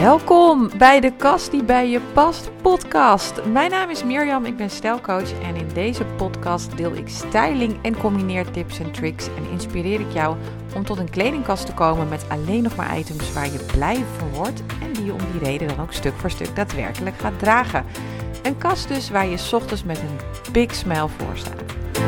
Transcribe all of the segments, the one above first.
Welkom bij de Kast die bij je past podcast. Mijn naam is Mirjam, ik ben stijlcoach en in deze podcast deel ik styling en combineertips en tricks en inspireer ik jou om tot een kledingkast te komen met alleen nog maar items waar je blij van wordt en die je om die reden dan ook stuk voor stuk daadwerkelijk gaat dragen. Een kast dus waar je 's ochtends met een big smile voor staat.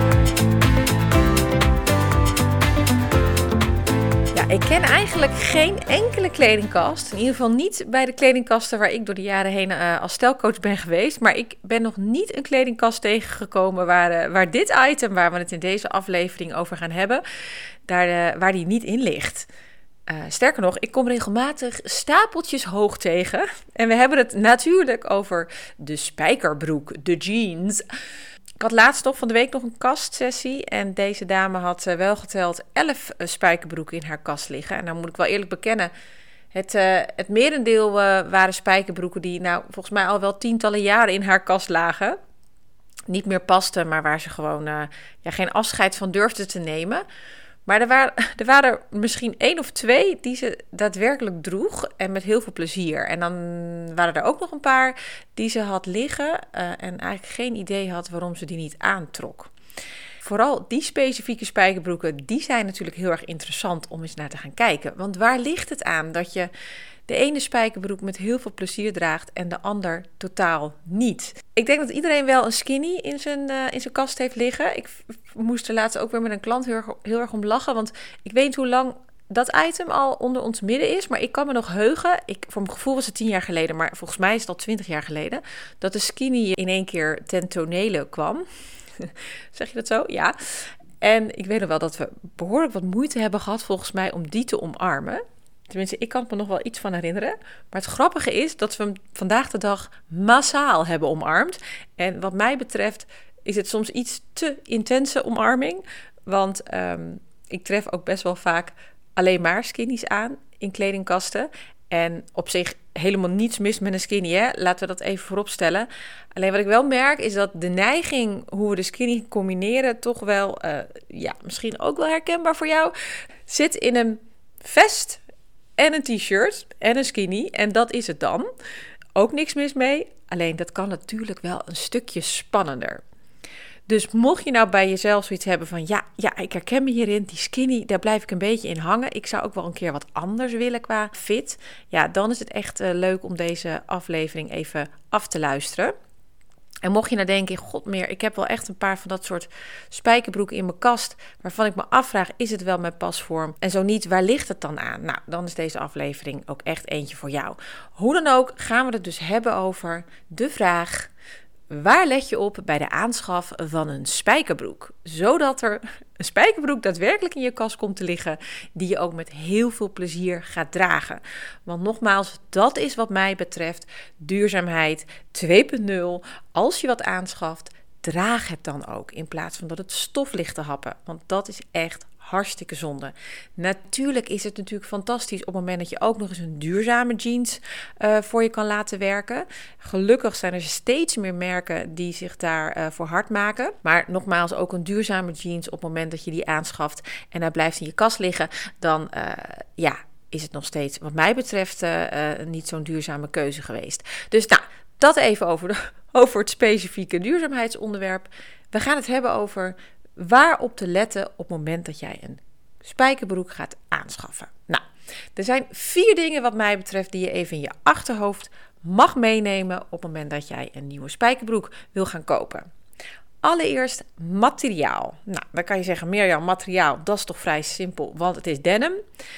Ik ken eigenlijk geen enkele kledingkast, in ieder geval niet bij de kledingkasten waar ik door de jaren heen als stijlcoach ben geweest. Maar ik ben nog niet een kledingkast tegengekomen waar dit item, waar we het in deze aflevering over gaan hebben, waar die niet in ligt. Sterker nog, ik kom regelmatig stapeltjes hoog tegen. En we hebben het natuurlijk over de spijkerbroek, de jeans. Ik had laatst van de week nog een kastsessie en deze dame had wel geteld 11 spijkerbroeken in haar kast liggen. En dan moet ik wel eerlijk bekennen, het merendeel waren spijkerbroeken die volgens mij al wel tientallen jaren in haar kast lagen. Niet meer pasten, maar waar ze gewoon geen afscheid van durfde te nemen. Maar er waren misschien 1 of 2 die ze daadwerkelijk droeg en met heel veel plezier. En dan waren er ook nog een paar die ze had liggen en eigenlijk geen idee had waarom ze die niet aantrok. Vooral die specifieke spijkerbroeken, die zijn natuurlijk heel erg interessant om eens naar te gaan kijken. Want waar ligt het aan dat je de ene spijkerbroek met heel veel plezier draagt en de ander totaal niet? Ik denk dat iedereen wel een skinny in zijn kast heeft liggen. Ik moest er laatst ook weer met een klant heel erg om lachen, want ik weet niet hoe lang dat item al onder ons midden is, maar ik kan me nog heugen. Voor mijn gevoel was het 10 jaar geleden, maar volgens mij is het al 20 jaar geleden, dat de skinny in één keer ten tonele kwam. Zeg je dat zo? Ja. En ik weet nog wel dat we behoorlijk wat moeite hebben gehad, volgens mij, om die te omarmen. Tenminste, ik kan me nog wel iets van herinneren. Maar het grappige is dat we hem vandaag de dag massaal hebben omarmd. En wat mij betreft is het soms iets te intense omarming. Want ik tref ook best wel vaak alleen maar skinnies aan in kledingkasten. En op zich helemaal niets mis met een skinny, hè? Laten we dat even voorop stellen. Alleen wat ik wel merk is dat de neiging hoe we de skinny combineren toch wel, misschien ook wel herkenbaar voor jou, zit in een vest en een t-shirt en een skinny. En dat is het dan. Ook niks mis mee. Alleen dat kan natuurlijk wel een stukje spannender. Dus mocht je nou bij jezelf zoiets hebben van ja, ik herken me hierin, die skinny, daar blijf ik een beetje in hangen. Ik zou ook wel een keer wat anders willen qua fit. Ja, dan is het echt leuk om deze aflevering even af te luisteren. En mocht je nou denken, godmeer, ik heb wel echt een paar van dat soort spijkerbroeken in mijn kast, waarvan ik me afvraag, is het wel mijn pasvorm? En zo niet, waar ligt het dan aan? Nou, dan is deze aflevering ook echt eentje voor jou. Hoe dan ook gaan we het dus hebben over de vraag: waar let je op bij de aanschaf van een spijkerbroek? Zodat er een spijkerbroek daadwerkelijk in je kast komt te liggen die je ook met heel veel plezier gaat dragen. Want nogmaals, dat is wat mij betreft duurzaamheid 2.0. Als je wat aanschaft, draag het dan ook in plaats van dat het stof ligt te happen. Want dat is echt hartstikke zonde. Natuurlijk is het natuurlijk fantastisch op het moment dat je ook nog eens een duurzame jeans voor je kan laten werken. Gelukkig zijn er steeds meer merken die zich daar voor hard maken. Maar nogmaals, ook een duurzame jeans op het moment dat je die aanschaft en hij blijft in je kast liggen, dan is het nog steeds wat mij betreft niet zo'n duurzame keuze geweest. Dus dat even over het specifieke duurzaamheidsonderwerp. We gaan het hebben over waarop te letten op het moment dat jij een spijkerbroek gaat aanschaffen. Nou, er zijn 4 dingen wat mij betreft die je even in je achterhoofd mag meenemen op het moment dat jij een nieuwe spijkerbroek wil gaan kopen. Allereerst materiaal. Nou, dan kan je zeggen, Mirjam, materiaal, dat is toch vrij simpel, want het is denim.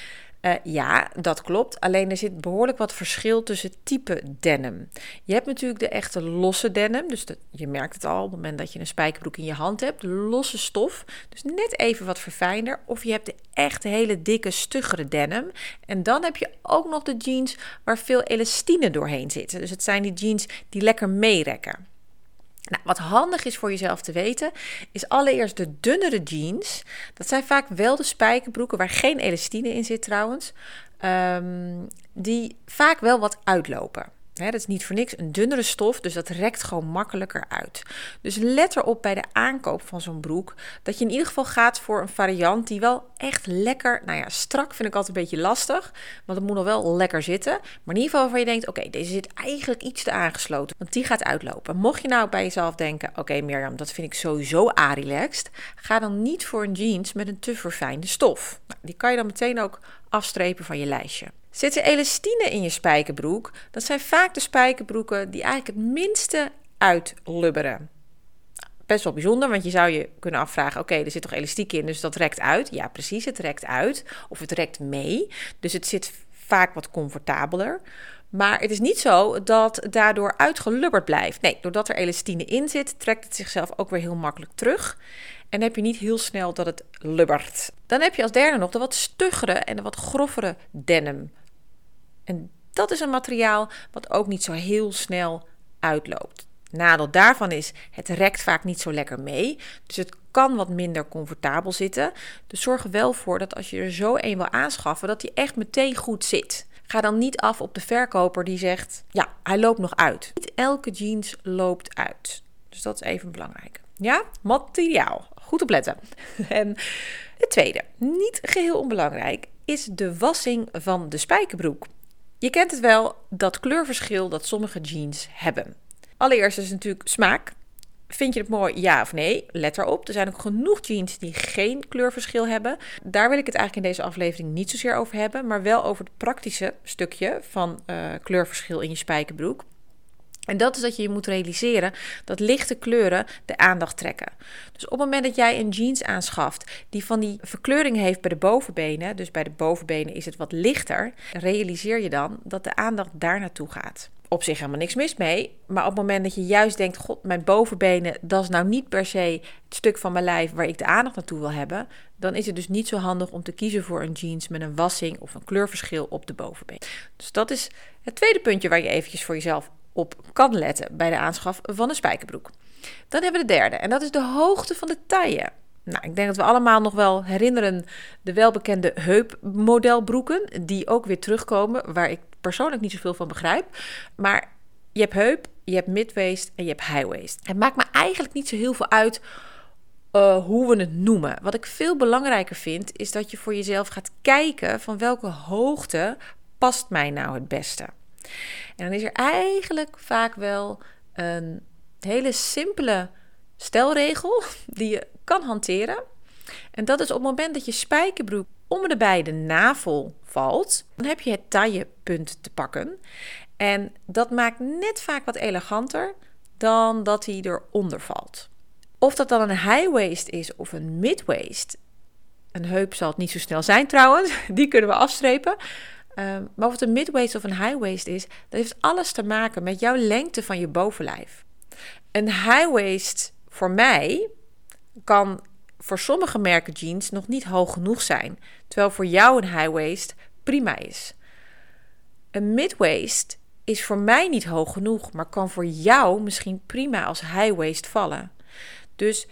Ja, dat klopt. Alleen er zit behoorlijk wat verschil tussen type denim. Je hebt natuurlijk de echte losse denim. Dus je merkt het al op het moment dat je een spijkerbroek in je hand hebt. Losse stof. Dus net even wat verfijnder. Of je hebt de echt hele dikke, stuggere denim. En dan heb je ook nog de jeans waar veel elastine doorheen zitten. Dus het zijn die jeans die lekker meerekken. Nou, wat handig is voor jezelf te weten, is allereerst de dunnere jeans. Dat zijn vaak wel de spijkerbroeken waar geen elastine in zit trouwens. Die vaak wel wat uitlopen. Dat is niet voor niks een dunnere stof, dus dat rekt gewoon makkelijker uit. Dus let erop bij de aankoop van zo'n broek dat je in ieder geval gaat voor een variant die wel echt lekker, strak vind ik altijd een beetje lastig, want het moet nog wel lekker zitten. Maar in ieder geval waarvan je denkt, oké, deze zit eigenlijk iets te aangesloten, want die gaat uitlopen. Mocht je nou bij jezelf denken, oké, Mirjam, dat vind ik sowieso relaxed, ga dan niet voor een jeans met een te verfijnde stof. Die kan je dan meteen ook afstrepen van je lijstje. Zit er elastine in je spijkerbroek? Dat zijn vaak de spijkerbroeken die eigenlijk het minste uitlubberen. Best wel bijzonder, want je zou je kunnen afvragen, oké, er zit toch elastiek in, dus dat rekt uit? Ja, precies, het rekt uit. Of het rekt mee. Dus het zit vaak wat comfortabeler. Maar het is niet zo dat het daardoor uitgelubberd blijft. Nee, doordat er elastine in zit, trekt het zichzelf ook weer heel makkelijk terug. En dan heb je niet heel snel dat het lubbert. Dan heb je als derde nog de wat stuggere en de wat groffere denim. En dat is een materiaal wat ook niet zo heel snel uitloopt. Nadeel daarvan is, het rekt vaak niet zo lekker mee. Dus het kan wat minder comfortabel zitten. Dus zorg er wel voor dat als je er zo een wil aanschaffen, dat die echt meteen goed zit. Ga dan niet af op de verkoper die zegt, ja, hij loopt nog uit. Niet elke jeans loopt uit. Dus dat is even belangrijk. Ja, materiaal. Goed opletten. En het tweede, niet geheel onbelangrijk, is de wassing van de spijkerbroek. Je kent het wel, dat kleurverschil dat sommige jeans hebben. Allereerst is het natuurlijk smaak. Vind je het mooi, ja of nee? Let erop. Er zijn ook genoeg jeans die geen kleurverschil hebben. Daar wil ik het eigenlijk in deze aflevering niet zozeer over hebben, maar wel over het praktische stukje van kleurverschil in je spijkerbroek. En dat is dat je je moet realiseren dat lichte kleuren de aandacht trekken. Dus op het moment dat jij een jeans aanschaft die van die verkleuring heeft bij de bovenbenen, dus bij de bovenbenen is het wat lichter, realiseer je dan dat de aandacht daar naartoe gaat. Op zich helemaal niks mis mee, maar op het moment dat je juist denkt, god, mijn bovenbenen, dat is nou niet per se het stuk van mijn lijf waar ik de aandacht naartoe wil hebben, dan is het dus niet zo handig om te kiezen voor een jeans met een wassing of een kleurverschil op de bovenbenen. Dus dat is het tweede puntje waar je eventjes voor jezelf op kan letten bij de aanschaf van een spijkerbroek. Dan hebben we de derde en dat is de hoogte van de taille. Nou, ik denk dat we allemaal nog wel herinneren de welbekende heupmodelbroeken die ook weer terugkomen, waar ik persoonlijk niet zoveel van begrijp. Maar je hebt heup, je hebt midwaist en je hebt highwaist. Het maakt me eigenlijk niet zo heel veel uit hoe we het noemen. Wat ik veel belangrijker vind is dat je voor jezelf gaat kijken van welke hoogte past mij nou het beste. En dan is er eigenlijk vaak wel een hele simpele stelregel die je kan hanteren. En dat is op het moment dat je spijkerbroek om de bij de navel valt, dan heb je het taillepunt te pakken. En dat maakt net vaak wat eleganter dan dat hij eronder valt. Of dat dan een high waist is of een mid waist. Een heup zal het niet zo snel zijn trouwens, die kunnen we afstrepen. Maar of het een mid-waist of een high-waist is, dat heeft alles te maken met jouw lengte van je bovenlijf. Een high-waist voor mij kan voor sommige merken jeans nog niet hoog genoeg zijn, terwijl voor jou een high-waist prima is. Een mid-waist is voor mij niet hoog genoeg, maar kan voor jou misschien prima als high-waist vallen. Dus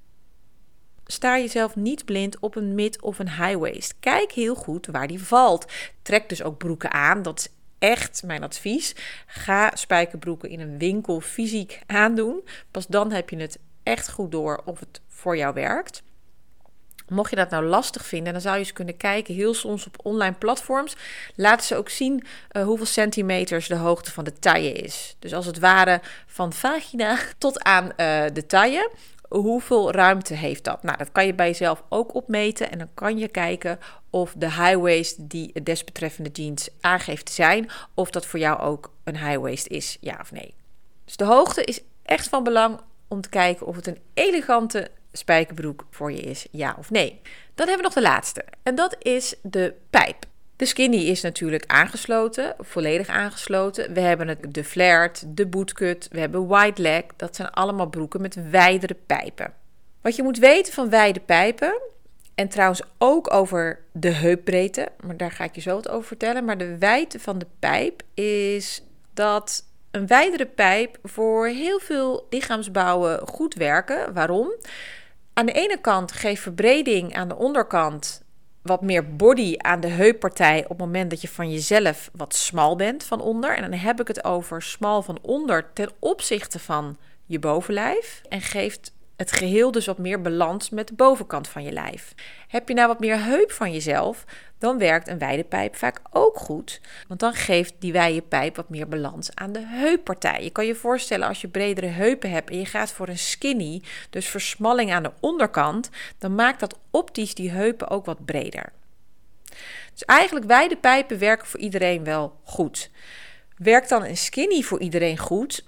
sta jezelf niet blind op een mid- of een high-waist. Kijk heel goed waar die valt. Trek dus ook broeken aan. Dat is echt mijn advies. Ga spijkerbroeken in een winkel fysiek aandoen. Pas dan heb je het echt goed door of het voor jou werkt. Mocht je dat nou lastig vinden, dan zou je eens kunnen kijken. Heel soms op online platforms laten ze ook zien hoeveel centimeters de hoogte van de taille is. Dus als het ware van vagina tot aan de taille. Hoeveel ruimte heeft dat? Nou, dat kan je bij jezelf ook opmeten. En dan kan je kijken of de high waist die het desbetreffende jeans aangeeft te zijn, of dat voor jou ook een high waist is, ja of nee. Dus de hoogte is echt van belang om te kijken of het een elegante spijkerbroek voor je is, ja of nee. Dan hebben we nog de laatste. En dat is de pijp. De skinny is natuurlijk aangesloten, volledig aangesloten. We hebben de flared, de bootcut, we hebben wide leg. Dat zijn allemaal broeken met wijdere pijpen. Wat je moet weten van wijde pijpen, en trouwens ook over de heupbreedte, maar daar ga ik je zo wat over vertellen. Maar de wijdte van de pijp is dat een wijdere pijp voor heel veel lichaamsbouwen goed werken. Waarom? Aan de ene kant geeft verbreding aan de onderkant wat meer body aan de heuppartij op het moment dat je van jezelf wat smal bent van onder. En dan heb ik het over smal van onder ten opzichte van je bovenlijf. En geeft het geheel dus wat meer balans met de bovenkant van je lijf. Heb je nou wat meer heup van jezelf, dan werkt een wijde pijp vaak ook goed. Want dan geeft die wijde pijp wat meer balans aan de heuppartij. Je kan je voorstellen als je bredere heupen hebt en je gaat voor een skinny, dus versmalling aan de onderkant, dan maakt dat optisch die heupen ook wat breder. Dus eigenlijk wijde pijpen werken voor iedereen wel goed. Werkt dan een skinny voor iedereen goed?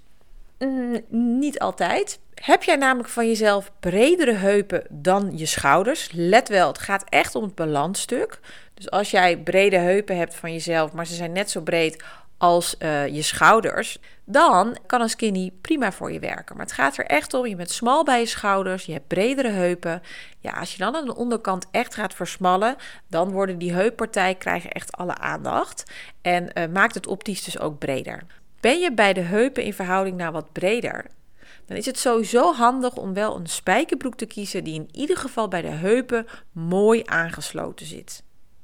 Niet altijd. Heb jij namelijk van jezelf bredere heupen dan je schouders? Let wel, het gaat echt om het balansstuk. Dus als jij brede heupen hebt van jezelf, maar ze zijn net zo breed als je schouders, dan kan een skinny prima voor je werken. Maar het gaat er echt om, je bent smal bij je schouders, je hebt bredere heupen. Ja, als je dan aan de onderkant echt gaat versmallen, dan worden die heuppartijen krijgen echt alle aandacht. En maakt het optisch dus ook breder. Ben je bij de heupen in verhouding naar wat breder, dan is het sowieso handig om wel een spijkerbroek te kiezen die in ieder geval bij de heupen mooi aangesloten zit.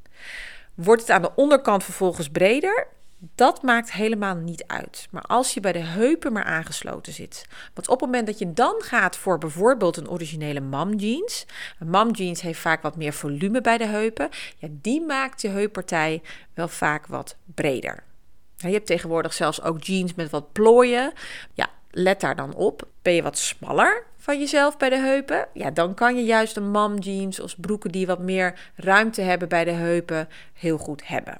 Wordt het aan de onderkant vervolgens breder? Dat maakt helemaal niet uit. Maar als je bij de heupen maar aangesloten zit. Want op het moment dat je dan gaat voor bijvoorbeeld een originele mom jeans. Een mom jeans heeft vaak wat meer volume bij de heupen. Ja, die maakt je heuppartij wel vaak wat breder. Je hebt tegenwoordig zelfs ook jeans met wat plooien. Ja, let daar dan op. Ben je wat smaller van jezelf bij de heupen? Ja, dan kan je juist een mom jeans of broeken die wat meer ruimte hebben bij de heupen heel goed hebben.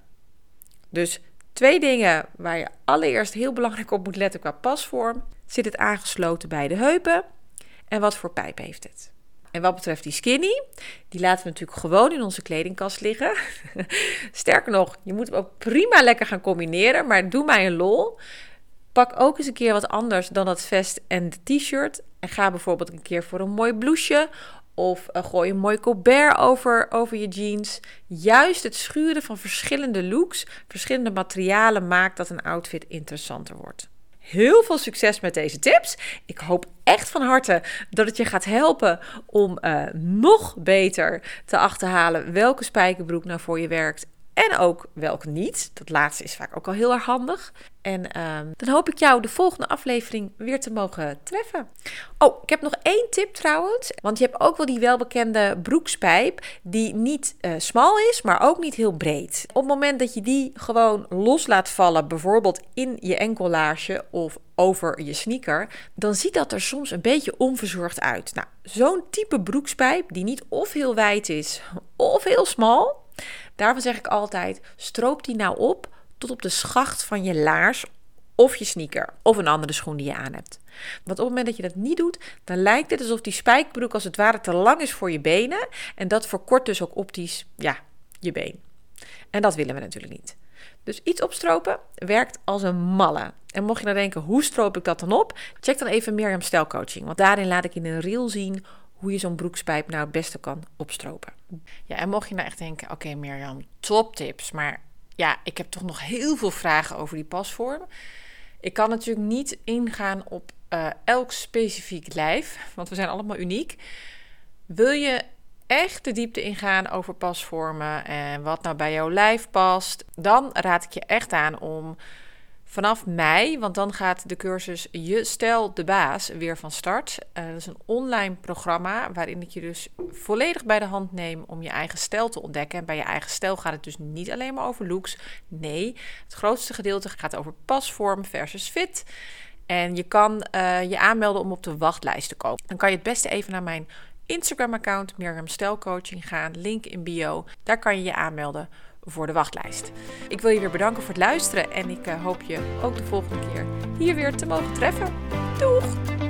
Dus 2 dingen waar je allereerst heel belangrijk op moet letten qua pasvorm. Zit het aangesloten bij de heupen? En wat voor pijp heeft het? En wat betreft die skinny, die laten we natuurlijk gewoon in onze kledingkast liggen. Sterker nog, je moet hem ook prima lekker gaan combineren, maar doe mij een lol. Pak ook eens een keer wat anders dan dat vest en de t-shirt. En ga bijvoorbeeld een keer voor een mooi blouseje. Of gooi een mooi colbert over je jeans. Juist het schuren van verschillende looks, verschillende materialen maakt dat een outfit interessanter wordt. Heel veel succes met deze tips. Ik hoop echt van harte dat het je gaat helpen om nog beter te achterhalen welke spijkerbroek nou voor je werkt. En ook welke niet. Dat laatste is vaak ook al heel erg handig. En dan hoop ik jou de volgende aflevering weer te mogen treffen. Oh, ik heb nog 1 tip trouwens. Want je hebt ook wel die welbekende broekspijp die niet smal is, maar ook niet heel breed. Op het moment dat je die gewoon los laat vallen, bijvoorbeeld in je enkellaarsje of over je sneaker, dan ziet dat er soms een beetje onverzorgd uit. Nou, zo'n type broekspijp die niet of heel wijd is of heel smal, daarvan zeg ik altijd, stroop die nou op tot op de schacht van je laars of je sneaker of een andere schoen die je aan hebt. Want op het moment dat je dat niet doet, dan lijkt het alsof die spijkerbroek als het ware te lang is voor je benen. En dat verkort dus ook optisch, je been. En dat willen we natuurlijk niet. Dus iets opstropen werkt als een malle. En mocht je nou denken, hoe stroop ik dat dan op? Check dan even Mirjam Stijlcoaching. Want daarin laat ik in een reel zien hoe je zo'n broekspijp nou het beste kan opstropen. Ja, en mocht je nou echt denken, oké, Mirjam, toptips. Maar ja, ik heb toch nog heel veel vragen over die pasvorm. Ik kan natuurlijk niet ingaan op elk specifiek lijf, want we zijn allemaal uniek. Wil je echt de diepte ingaan over pasvormen en wat nou bij jouw lijf past, dan raad ik je echt aan om vanaf mei, want dan gaat de cursus Je Stijl de Baas weer van start. Dat is een online programma waarin ik je dus volledig bij de hand neem om je eigen stijl te ontdekken. En bij je eigen stijl gaat het dus niet alleen maar over looks. Nee, het grootste gedeelte gaat over pasvorm versus fit. En je kan je aanmelden om op de wachtlijst te komen. Dan kan je het beste even naar mijn Instagram-account Mirjam Stijlcoaching gaan. Link in bio. Daar kan je je aanmelden voor de wachtlijst. Ik wil je weer bedanken voor het luisteren en ik hoop je ook de volgende keer hier weer te mogen treffen. Doeg!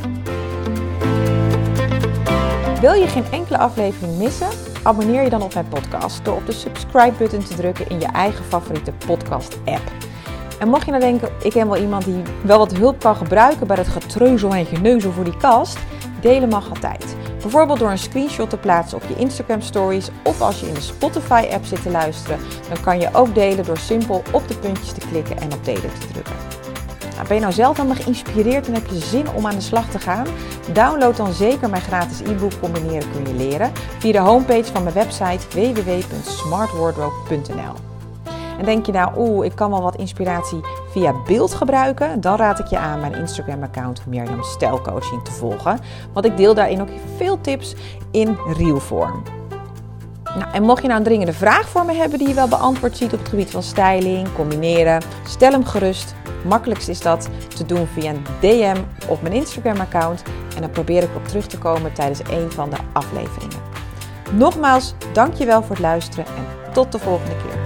Wil je geen enkele aflevering missen? Abonneer je dan op mijn podcast door op de subscribe-button te drukken in je eigen favoriete podcast-app. En mocht je nou denken, ik ken wel iemand die wel wat hulp kan gebruiken bij het getreuzel en geneuzel voor die kast, delen mag altijd. Bijvoorbeeld door een screenshot te plaatsen op je Instagram stories of als je in de Spotify app zit te luisteren, dan kan je ook delen door simpel op de puntjes te klikken en op delen te drukken. Nou, ben je nou zelf helemaal geïnspireerd en heb je zin om aan de slag te gaan? Download dan zeker mijn gratis e-book Combineren kun je leren via de homepage van mijn website www.smartwardrobe.nl. En denk je nou, ik kan wel wat inspiratie via beeld gebruiken? Dan raad ik je aan mijn Instagram-account Mirjam Stijlcoaching te volgen. Want ik deel daarin ook veel tips in reelvorm. Nou, en mocht je nou een dringende vraag voor me hebben die je wel beantwoord ziet op het gebied van styling, combineren, stel hem gerust. Makkelijkst is dat te doen via een DM op mijn Instagram-account. En dan probeer ik op terug te komen tijdens een van de afleveringen. Nogmaals, dankjewel voor het luisteren en tot de volgende keer.